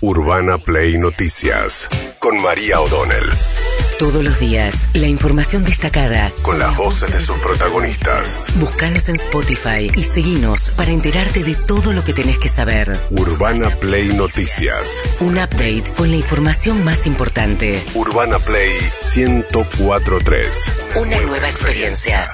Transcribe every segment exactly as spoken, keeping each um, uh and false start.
Urbana Play Noticias, con María O'Donnell. Todos los días, la información destacada, con las voces de sus protagonistas. Búscanos en Spotify y seguinos para enterarte de todo lo que tenés que saber. Urbana Play Noticias. Un update con la información más importante. Urbana Play ciento cuatro punto tres. Una nueva experiencia.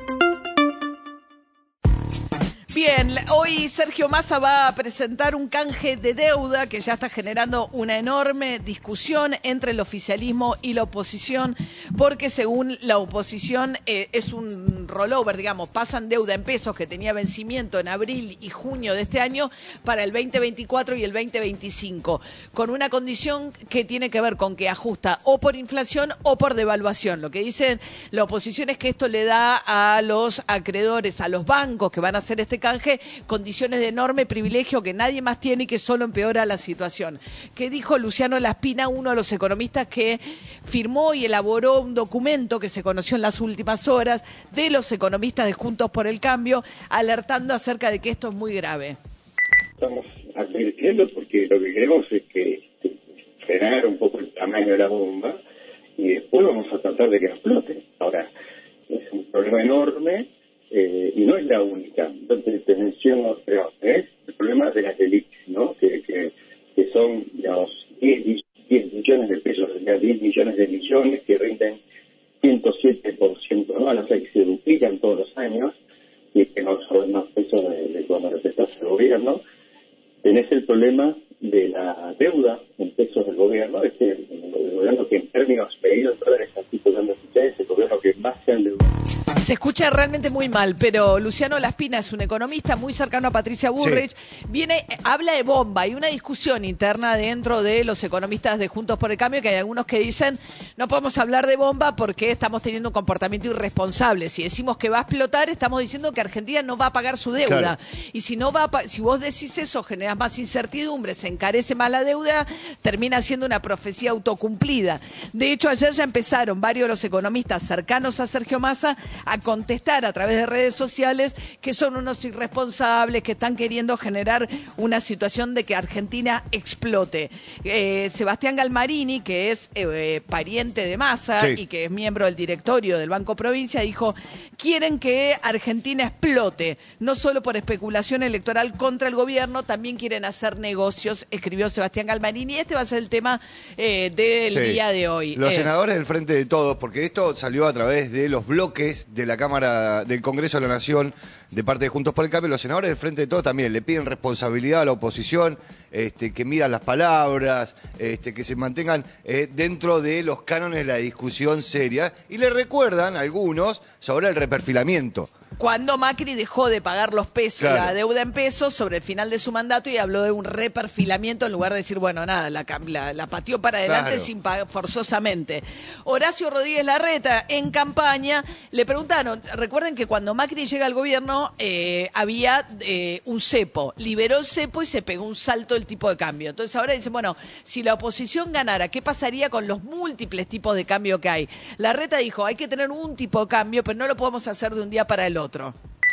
Bien, hoy Sergio Massa va a presentar un canje de deuda que ya está generando una enorme discusión entre el oficialismo y la oposición, porque según la oposición eh, es un rollover, digamos, pasan deuda en pesos que tenía vencimiento en abril y junio de este año para el veinte veinticuatro y el veinte veinticinco, con una condición que tiene que ver con que ajusta o por inflación o por devaluación. Lo que dice la oposición es que esto le da a los acreedores, a los bancos que van a hacer este canje, condiciones de enorme privilegio que nadie más tiene y que solo empeora la situación. ¿Qué dijo Luciano Laspina, uno de los economistas que firmó y elaboró un documento que se conoció en las últimas horas de los economistas de Juntos por el Cambio, alertando acerca de que esto es muy grave? Estamos advirtiendo porque lo que queremos es que frenar un poco el tamaño de la bomba y después vamos a tratar de que explote. Ahora, es un problema enorme. Eh, y no es la única. Entonces te menciono, pero es el problema de las élites, ¿no? Que, que, que son, digamos, diez millones de pesos, o sea, diez millones de millones que rinden ciento siete por ciento, ¿no? O sea, que se duplican todos los años y que no son más pesos de, de cuando representas el gobierno. Tenés el problema de la deuda en pesos del gobierno, es el, el gobierno que en términos medidos dólares aquí tocando ustedes, el gobierno que más se endeuda. Se escucha realmente muy mal, pero Luciano Laspina es un economista muy cercano a Patricia Bullrich. Sí. Viene, habla de bomba. Hay una discusión interna dentro de los economistas de Juntos por el Cambio, que hay algunos que dicen no podemos hablar de bomba porque estamos teniendo un comportamiento irresponsable. Si decimos que va a explotar, estamos diciendo que Argentina no va a pagar su deuda. Claro. Y si no va a, si vos decís eso, generas más incertidumbre, se encarece más la deuda, termina siendo una profecía autocumplida. De hecho, ayer ya empezaron varios de los economistas cercanos a Sergio Massa a contestar a través de redes sociales que son unos irresponsables, que están queriendo generar una situación de que Argentina explote. Eh, Sebastián Galmarini, que es eh, pariente de Massa, sí, y que es miembro del directorio del Banco Provincia, dijo, quieren que Argentina explote, no solo por especulación electoral contra el gobierno, también quieren hacer negocios, escribió Sebastián Galmarini. Este va a ser el tema eh, del sí. día de hoy. Los eh, senadores del Frente de Todos, porque esto salió a través de los bloques de la Cámara del Congreso de la Nación de parte de Juntos por el Cambio. Los senadores del Frente de Todos también le piden responsabilidad a la oposición, este, que midan las palabras, este, que se mantengan eh, dentro de los cánones de la discusión seria, y le recuerdan a algunos sobre el reperfilamiento. Cuando Macri dejó de pagar los pesos, claro, la deuda en pesos sobre el final de su mandato, y habló de un reperfilamiento en lugar de decir, bueno, nada, la, la, la pateó para adelante, claro, sin pagar, forzosamente. Horacio Rodríguez Larreta, en campaña, le preguntaron, recuerden que cuando Macri llega al gobierno eh, había eh, un cepo, liberó el cepo y se pegó un salto del tipo de cambio. Entonces ahora dicen, bueno, si la oposición ganara, ¿qué pasaría con los múltiples tipos de cambio que hay? Larreta dijo, hay que tener un tipo de cambio, pero no lo podemos hacer de un día para el otro. Otro.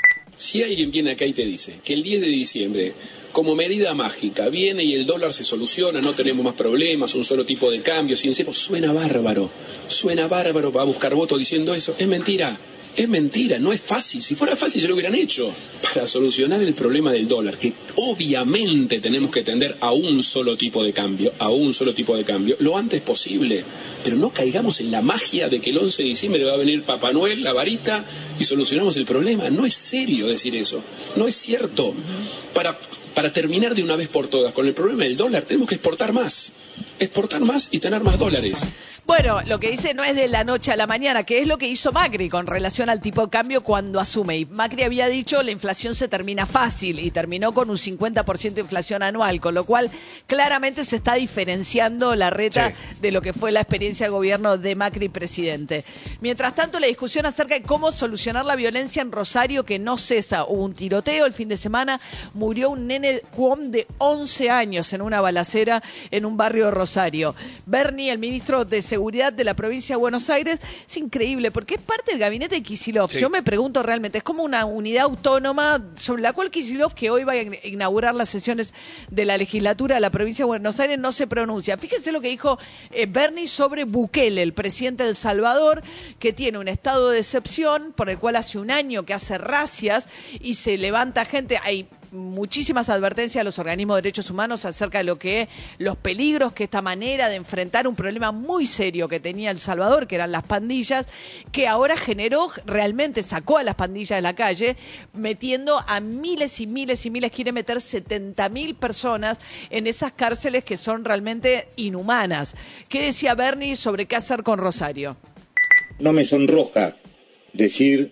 Si alguien viene acá y te dice que el diez de diciembre, como medida mágica, viene y el dólar se soluciona, no tenemos más problemas, un solo tipo de cambio, sin cepo, suena bárbaro, suena bárbaro, va a buscar votos diciendo eso, es mentira. Es mentira, no es fácil. Si fuera fácil ya lo hubieran hecho. Para solucionar el problema del dólar, que obviamente tenemos que tender a un solo tipo de cambio, a un solo tipo de cambio, lo antes posible. Pero no caigamos en la magia de que el once de diciembre va a venir Papá Noel, la varita, y solucionamos el problema. No es serio decir eso. No es cierto. Para, para terminar de una vez por todas con el problema del dólar, tenemos que exportar más. Exportar más y tener más dólares. Bueno, lo que dice no es de la noche a la mañana, que es lo que hizo Macri con relación al tipo de cambio cuando asume. Y Macri había dicho la inflación se termina fácil y terminó con un cincuenta por ciento de inflación anual, con lo cual claramente se está diferenciando Larreta sí. de lo que fue la experiencia de gobierno de Macri presidente. Mientras tanto, la discusión acerca de cómo solucionar la violencia en Rosario que no cesa. Hubo un tiroteo el fin de semana, murió un nene nene Cuom de once años en una balacera en un barrio de Rosario. Bernie, el ministro de Seguridad de la provincia de Buenos Aires, es increíble porque es parte del gabinete de Kicillof. Sí. Yo me pregunto realmente, es como una unidad autónoma sobre la cual Kicillof, que hoy va a inaugurar las sesiones de la legislatura de la provincia de Buenos Aires, no se pronuncia. Fíjense lo que dijo eh, Bernie sobre Bukele, el presidente de El Salvador, que tiene un estado de excepción por el cual hace un año que hace racias y se levanta gente. Hay muchísimas advertencias a los organismos de derechos humanos acerca de lo que los peligros que esta manera de enfrentar un problema muy serio que tenía El Salvador, que eran las pandillas, que ahora generó, realmente sacó a las pandillas de la calle, metiendo a miles y miles y miles, quiere meter setenta mil personas en esas cárceles que son realmente inhumanas. ¿Qué decía Bernie sobre qué hacer con Rosario? No me sonroja decir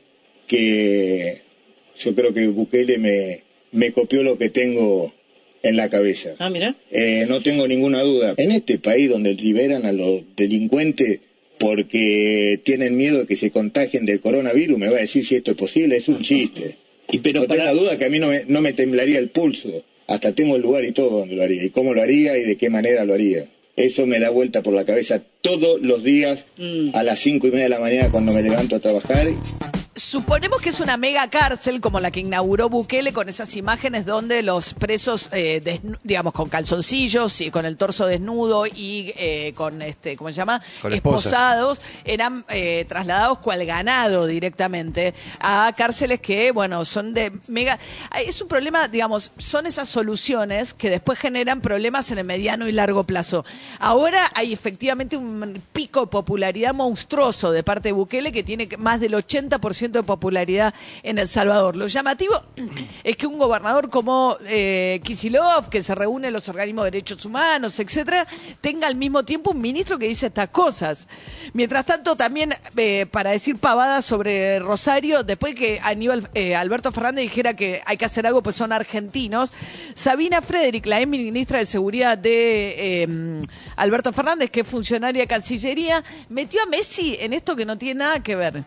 que yo creo que Bukele me... me copió lo que tengo en la cabeza. Ah, mira. Eh, no tengo ninguna duda. En este país donde liberan a los delincuentes porque tienen miedo de que se contagien del coronavirus, me va a decir si esto es posible, es un chiste. Y pero no para... tengo duda que a mí no me, no me temblaría el pulso. Hasta tengo el lugar y todo donde lo haría, y cómo lo haría y de qué manera lo haría. Eso me da vuelta por la cabeza todos los días mm. a las cinco y media de la mañana cuando me levanto a trabajar. Suponemos que es una mega cárcel como la que inauguró Bukele, con esas imágenes donde los presos, eh, desnu- digamos, con calzoncillos y con el torso desnudo y eh, con, este, ¿cómo se llama? Con esposados, eran eh, trasladados cual ganado directamente a cárceles que, bueno, son de mega... Es un problema, digamos, son esas soluciones que después generan problemas en el mediano y largo plazo. Ahora hay efectivamente un pico de popularidad monstruoso de parte de Bukele, que tiene más del ochenta por ciento de popularidad en El Salvador. Lo llamativo es que un gobernador como eh, Kicillof, que se reúne en los organismos de derechos humanos, etcétera, tenga al mismo tiempo un ministro que dice estas cosas. Mientras tanto, también eh, para decir pavadas sobre Rosario, después que Aníbal eh, Alberto Fernández dijera que hay que hacer algo, pues son argentinos, Sabina Frederick, la ex ministra de Seguridad de eh, Alberto Fernández, que es funcionaria de Cancillería, metió a Messi en esto que no tiene nada que ver.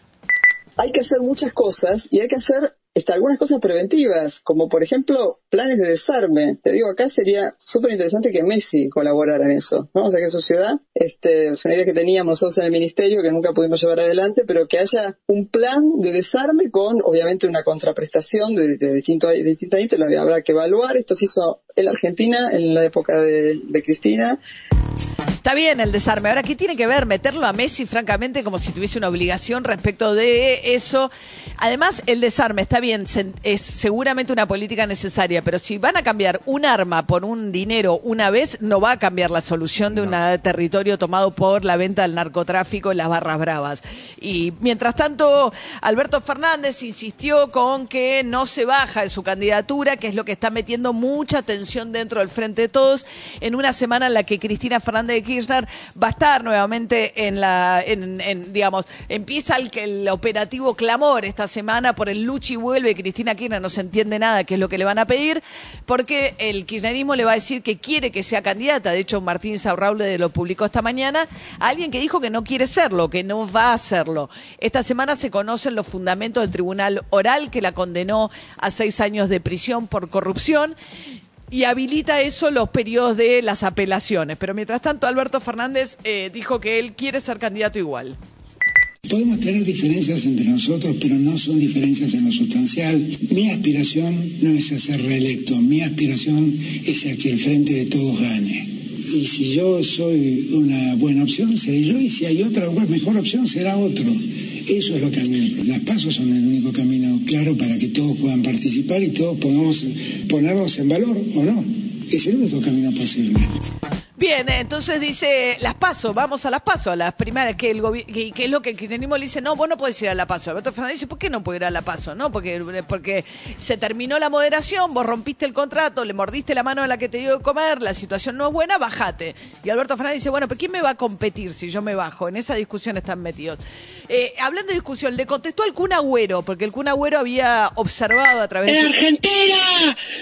Hay que hacer muchas cosas y hay que hacer este, algunas cosas preventivas, como por ejemplo planes de desarme. Te digo, acá sería súper interesante que Messi colaborara en eso, ¿no? O sea, que su ciudad, este, es una idea que teníamos nosotros en el ministerio que nunca pudimos llevar adelante, pero que haya un plan de desarme con, obviamente, una contraprestación de, de, distinto, de distintas ítems, lo habrá que evaluar. Esto se hizo en Argentina en la época de, de Cristina. Está bien el desarme. Ahora, ¿qué tiene que ver meterlo a Messi, francamente, como si tuviese una obligación respecto de eso? Además, el desarme, está bien, es seguramente una política necesaria, pero si van a cambiar un arma por un dinero una vez, no va a cambiar la solución de no. un territorio tomado por la venta del narcotráfico y las barras bravas. Y mientras tanto, Alberto Fernández insistió con que no se baja de su candidatura, que es lo que está metiendo mucha tensión dentro del Frente de Todos, en una semana en la que Cristina Fernández de Kirchner va a estar nuevamente en la, en, en digamos, empieza el, el operativo clamor esta semana por el Luchi vuelve. Cristina Kirchner no se entiende nada qué es lo que le van a pedir, porque el kirchnerismo le va a decir que quiere que sea candidata. De hecho, Martín Saurralde lo publicó esta mañana, a alguien que dijo que no quiere serlo, que no va a hacerlo. Esta semana se conocen los fundamentos del tribunal oral que la condenó a seis años de prisión por corrupción. Y habilita eso los periodos de las apelaciones. Pero mientras tanto, Alberto Fernández eh, dijo que él quiere ser candidato igual. Podemos tener diferencias entre nosotros, pero no son diferencias en lo sustancial. Mi aspiración no es a ser reelecto, mi aspiración es a que el Frente de Todos gane. Y si yo soy una buena opción, seré yo, y si hay otra mejor opción, será otro. Eso es lo que a mí... Las PASO son el único camino claro para que todos puedan participar y todos podamos ponernos en valor, ¿o no? Es el único camino posible. Bien, entonces dice las PASO, vamos a las PASO, a las primarias, que el gobi- que, que es lo que el kirchnerismo le dice, no, vos no podés ir a la PASO. Alberto Fernández dice, ¿por qué no puedo ir a la PASO? No, porque, porque se terminó la moderación, vos rompiste el contrato, le mordiste la mano a la que te dio de comer, la situación no es buena, bajate. Y Alberto Fernández dice, bueno, pero ¿quién me va a competir si yo me bajo? En esa discusión están metidos. Eh, hablando de discusión, le contestó al Kun Agüero, porque el Kun Agüero había observado a través de... ¡En Argentina!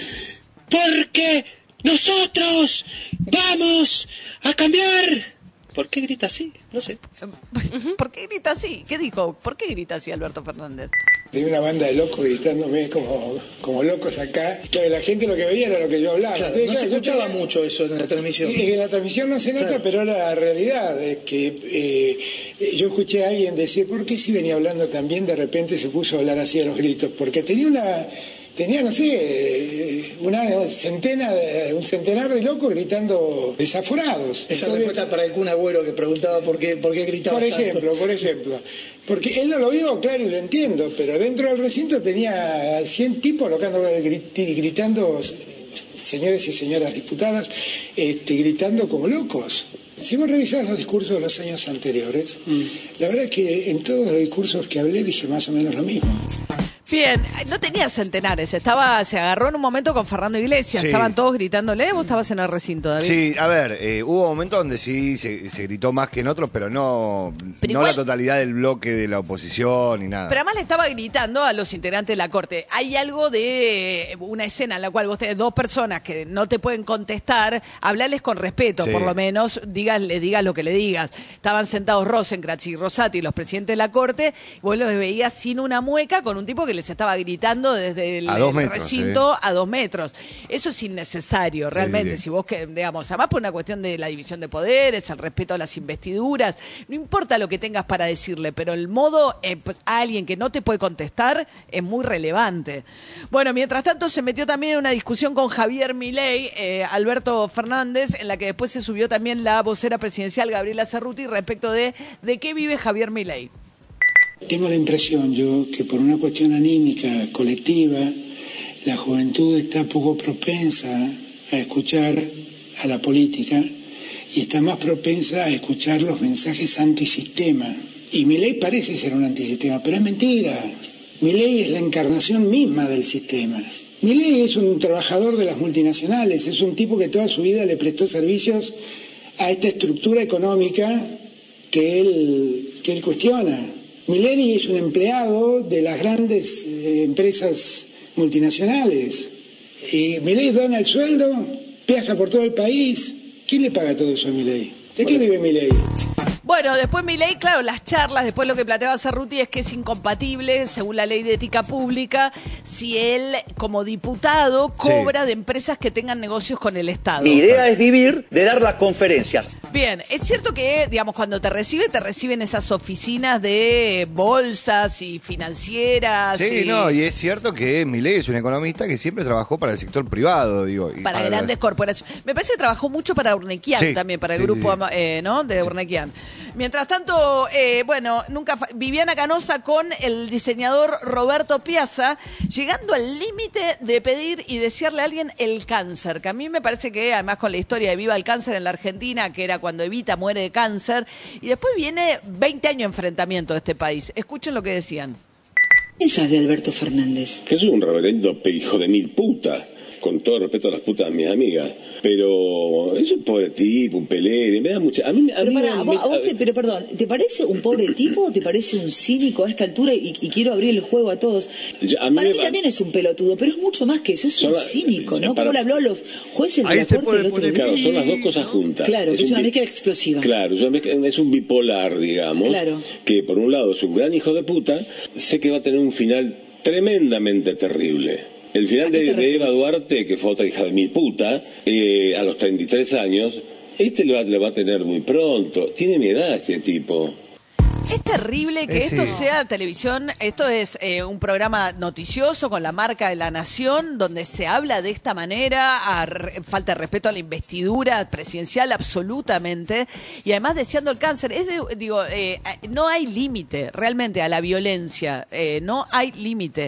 Porque... nosotros vamos a cambiar ¿Por qué grita así? No sé. ¿Por qué grita así? ¿Qué dijo? ¿Por qué grita así Alberto Fernández? Tenía una banda de locos gritándome como, como locos acá. Claro, la gente lo que veía era lo que yo hablaba. Claro, Entonces, no claro, se escuchaba tenía... mucho eso en la transmisión. Sí, en la transmisión no se nota, claro. Pero era la realidad. Es que eh, yo escuché a alguien decir, ¿por qué si venía hablando también de repente se puso a hablar así a los gritos? Porque tenía una... Tenía, no sé, una centena, de, un centenar de locos gritando desaforados. Esa Entonces, respuesta para el Kun Agüero que preguntaba por qué, por qué gritaba Por tanto. ejemplo, por ejemplo. Porque él no lo vio, claro, y lo entiendo, pero dentro del recinto tenía cien tipos locando, gritando, señores y señoras diputadas, este, gritando como locos. Si vos revisás los discursos de los años anteriores, mm. la verdad es que en todos los discursos que hablé dije más o menos lo mismo. Bien, no tenía centenares, estaba, se agarró en un momento con Fernando Iglesias, sí. Estaban todos gritándole, vos estabas en el recinto, David. Sí, a ver, eh, hubo momentos donde sí se, se gritó más que en otros, pero no, pero no igual, la totalidad del bloque de la oposición ni nada. Pero además le estaba gritando a los integrantes de la Corte. Hay algo de una escena en la cual vos tenés dos personas que no te pueden contestar, hablales con respeto, sí. Por lo menos, digas, le digas lo que le digas. Estaban sentados Rosenkrantz y Rosati, los presidentes de la Corte, y vos los veías sin una mueca con un tipo que les estaba gritando desde el, metros, el recinto sí. a dos metros. Eso es innecesario, realmente. Sí, sí. Si vos, que digamos, además por una cuestión de la división de poderes, el respeto a las investiduras, no importa lo que tengas para decirle, pero el modo eh, pues, a alguien que no te puede contestar es muy relevante. Bueno, mientras tanto se metió también en una discusión con Javier Milei, eh, Alberto Fernández, en la que después se subió también la vocera presidencial Gabriela Cerruti respecto de de qué vive Javier Milei. Tengo la impresión yo que por una cuestión anímica colectiva la juventud está poco propensa a escuchar a la política y está más propensa a escuchar los mensajes antisistema. Y Milei parece ser un antisistema, pero es mentira. Milei es la encarnación misma del sistema. Milei es un trabajador de las multinacionales, es un tipo que toda su vida le prestó servicios a esta estructura económica que él, que él cuestiona. Milei es un empleado de las grandes eh, empresas multinacionales. Y Milei dona el sueldo, viaja por todo el país. ¿Quién le paga todo eso a Milei? ¿De qué vive Milei? Bueno, después Milei, claro, las charlas, después lo que planteaba Cerruti es que es incompatible, según la ley de ética pública, si él, como diputado, cobra sí. de empresas que tengan negocios con el Estado. Mi idea es vivir de dar las conferencias. Bien, es cierto que, digamos, cuando te recibe, te reciben esas oficinas de bolsas y financieras. Sí, y... no, y es cierto que Milei es un economista que siempre trabajó para el sector privado, digo. Y para, para grandes las... corporaciones. Me parece que trabajó mucho para Urnequian sí, también, para el sí, grupo sí, sí. Eh, ¿no? de sí. Urnequian. Mientras tanto, eh, bueno, nunca fa- Viviana Canosa con el diseñador Roberto Piazza, llegando al límite de pedir y desearle a alguien el cáncer, que a mí me parece que, además con la historia de Viva el Cáncer en la Argentina, que era cuando Evita muere de cáncer, y después viene veinte años de enfrentamiento de este país. Escuchen lo que decían. ¿Qué sabes de Alberto Fernández? Que es un reverendo hijo de mil putas. Con todo respeto a las putas de mis amigas, pero es un pobre tipo, un pelele, me da mucha... A mí, a pero, mí para, me, a vos, me, a vos te, pero perdón, ¿te parece un pobre tipo o te parece un cínico a esta altura? Y, y quiero abrir el juego a todos. Ya, a mí para me, mí también es un pelotudo, pero es mucho más que eso, es un la, cínico, ¿no? Para, ¿cómo le habló a los jueces de la corte el otro día? Claro, son las dos cosas juntas. Claro, es, es un, una mezcla explosiva. Claro, es, una mezcla, es un bipolar, digamos, claro. Que por un lado es un gran hijo de puta, sé que va a tener un final tremendamente terrible. El final de, de Eva Duarte, que fue otra hija de mil puta, eh, a los treinta y tres años, este lo va, lo va a tener muy pronto. Tiene mi edad este tipo. Es terrible que eh, esto sí. sea televisión, esto es eh, un programa noticioso con la marca de La Nación, donde se habla de esta manera, a re, falta de respeto a la investidura presidencial absolutamente, y además deseando el cáncer. Es de, digo, eh, no hay límite realmente a la violencia, eh, no hay límite.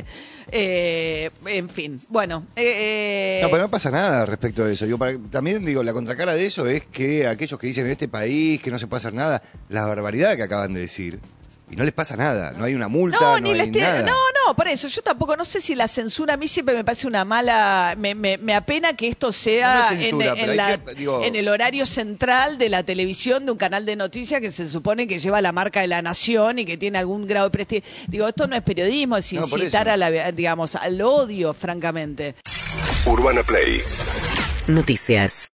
Eh, en fin, bueno. Eh, no, pero no pasa nada respecto de eso. Digo, para, también digo, la contracara de eso es que aquellos que dicen en este país que no se puede hacer nada, la barbaridad que acaban de decir. Y no les pasa nada, no hay una multa, no, no ni hay te... nada. No, no, por eso, yo tampoco, no sé si la censura a mí siempre me parece una mala, me, me, me apena que esto sea no censura, en, en, la, siempre, digo... en el horario central de la televisión de un canal de noticias que se supone que lleva la marca de La Nación y que tiene algún grado de prestigio. Digo, esto no es periodismo, es incitar no, a la, digamos, al odio, francamente. Urbana Play. Noticias.